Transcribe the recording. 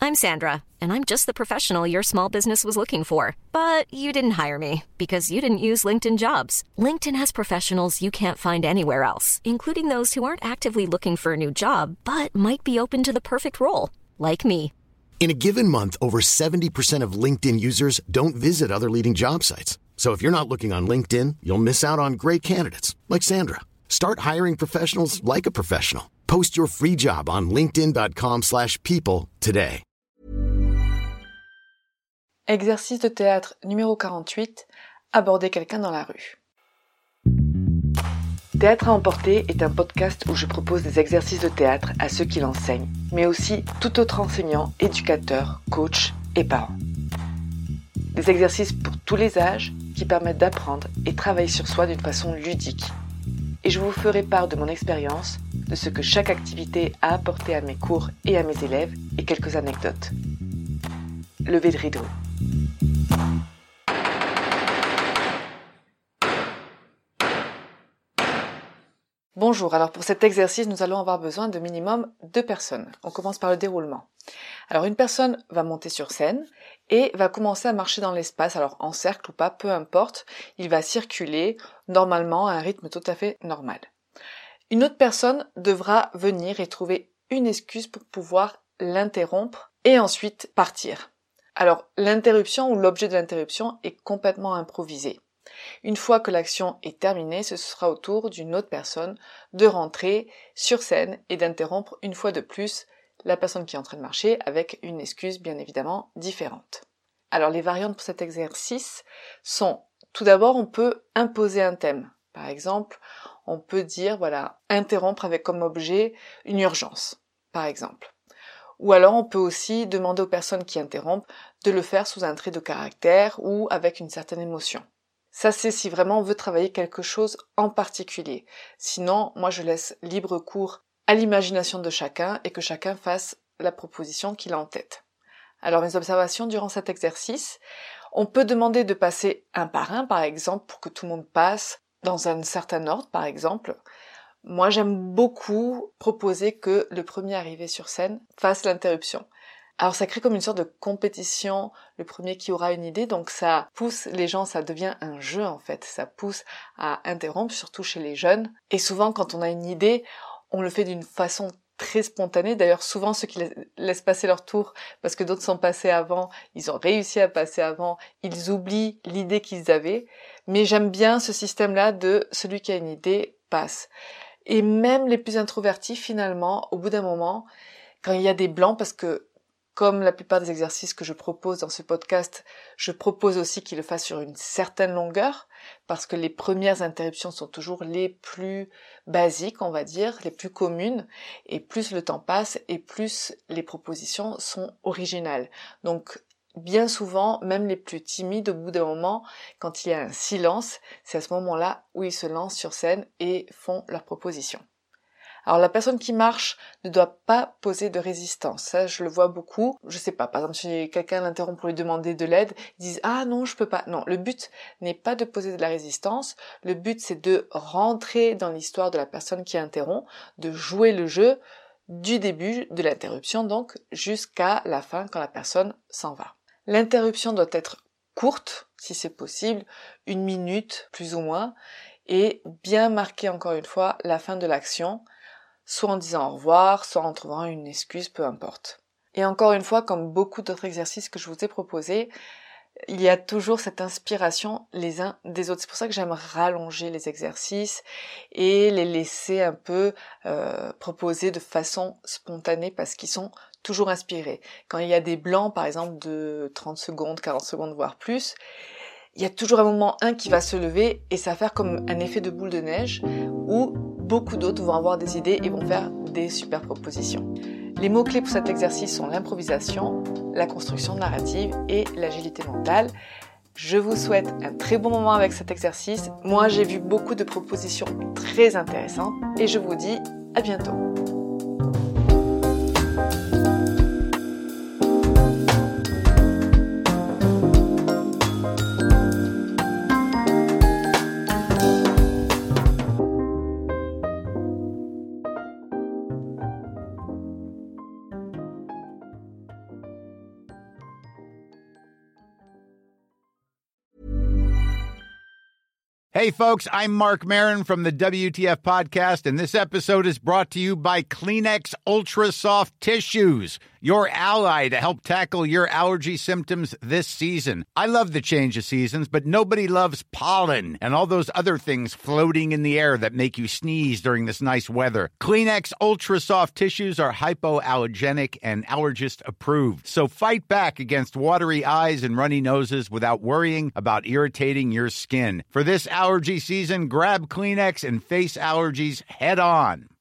I'm Sandra, and I'm just the professional your small business was looking for. But you didn't hire me because you didn't use LinkedIn Jobs. LinkedIn has professionals you can't find anywhere else, including those who aren't actively looking for a new job, but might be open to the perfect role, like me. In a given month, over 70% of LinkedIn users don't visit other leading job sites. So if you're not looking on LinkedIn, you'll miss out on great candidates like Sandra. Start hiring professionals like a professional. Post your free job on linkedin.com/people today. Exercice de théâtre numéro 48, aborder quelqu'un dans la rue. Théâtre à emporter est un podcast où je propose des exercices de théâtre à ceux qui l'enseignent, mais aussi tout autre enseignant, éducateur, coach et parent. Des exercices pour tous les âges qui permettent d'apprendre et travailler sur soi d'une façon ludique. Et je vous ferai part de mon expérience, de ce que chaque activité a apporté à mes cours et à mes élèves et quelques anecdotes. Levée de rideau. Bonjour, alors pour cet exercice, nous allons avoir besoin de minimum 2 personnes. On commence par le déroulement. Alors une personne va monter sur scène et va commencer à marcher dans l'espace, alors en cercle ou pas, peu importe, il va circuler normalement à un rythme tout à fait normal. Une autre personne devra venir et trouver une excuse pour pouvoir l'interrompre et ensuite partir. Alors l'interruption ou l'objet de l'interruption est complètement improvisé. Une fois que l'action est terminée, ce sera au tour d'une autre personne de rentrer sur scène et d'interrompre une fois de plus la personne qui est en train de marcher avec une excuse bien évidemment différente. Alors les variantes pour cet exercice sont, tout d'abord on peut imposer un thème. Par exemple, on peut dire interrompre avec comme objet une urgence, par exemple. Ou alors on peut aussi demander aux personnes qui interrompent de le faire sous un trait de caractère ou avec une certaine émotion. Ça, c'est si vraiment on veut travailler quelque chose en particulier. Sinon, moi, je laisse libre cours à l'imagination de chacun et que chacun fasse la proposition qu'il a en tête. Alors, mes observations durant cet exercice, on peut demander de passer un par un, par exemple, pour que tout le monde passe dans un certain ordre, par exemple. Moi, j'aime beaucoup proposer que le premier arrivé sur scène fasse l'interruption. Alors ça crée comme une sorte de compétition, le premier qui aura une idée, donc ça pousse les gens, ça devient un jeu en fait, ça pousse à interrompre, surtout chez les jeunes. Et souvent quand on a une idée, on le fait d'une façon très spontanée. D'ailleurs souvent ceux qui laissent passer leur tour, parce que d'autres sont passés avant, ils ont réussi à passer avant, ils oublient l'idée qu'ils avaient. Mais j'aime bien ce système-là de celui qui a une idée passe. Et même les plus introvertis finalement, au bout d'un moment, quand il y a des blancs, parce que comme la plupart des exercices que je propose dans ce podcast, je propose aussi qu'ils le fassent sur une certaine longueur, parce que les premières interruptions sont toujours les plus basiques, on va dire, les plus communes, et plus le temps passe, et plus les propositions sont originales. Donc, bien souvent, même les plus timides, au bout d'un moment, quand il y a un silence, c'est à ce moment-là où ils se lancent sur scène et font leurs propositions. Alors la personne qui marche ne doit pas poser de résistance, ça je le vois beaucoup. Je sais pas, par exemple si quelqu'un l'interrompt pour lui demander de l'aide, ils disent « Ah non, je peux pas ». Non, le but n'est pas de poser de la résistance, le but c'est de rentrer dans l'histoire de la personne qui interrompt, de jouer le jeu du début de l'interruption donc jusqu'à la fin quand la personne s'en va. L'interruption doit être courte, si c'est possible, 1 minute plus ou moins, et bien marquer encore une fois la fin de l'action, soit en disant au revoir, soit en trouvant une excuse, peu importe. Et encore une fois, comme beaucoup d'autres exercices que je vous ai proposés, il y a toujours cette inspiration les uns des autres. C'est pour ça que j'aime rallonger les exercices et les laisser un peu proposer de façon spontanée parce qu'ils sont toujours inspirés. Quand il y a des blancs, par exemple, de 30 secondes, 40 secondes, voire plus, il y a toujours un moment qui va se lever et ça va faire comme un effet de boule de neige où beaucoup d'autres vont avoir des idées et vont faire des super propositions. Les mots-clés pour cet exercice sont l'improvisation, la construction narrative et l'agilité mentale. Je vous souhaite un très bon moment avec cet exercice. Moi, j'ai vu beaucoup de propositions très intéressantes et je vous dis à bientôt. Hey, folks, I'm Mark Maron from the WTF Podcast, and this episode is brought to you by Kleenex Ultra Soft Tissues, your ally to help tackle your allergy symptoms this season. I love the change of seasons, but nobody loves pollen and all those other things floating in the air that make you sneeze during this nice weather. Kleenex Ultra Soft Tissues are hypoallergenic and allergist approved, so fight back against watery eyes and runny noses without worrying about irritating your skin. For this allergy season, grab Kleenex and face allergies head on.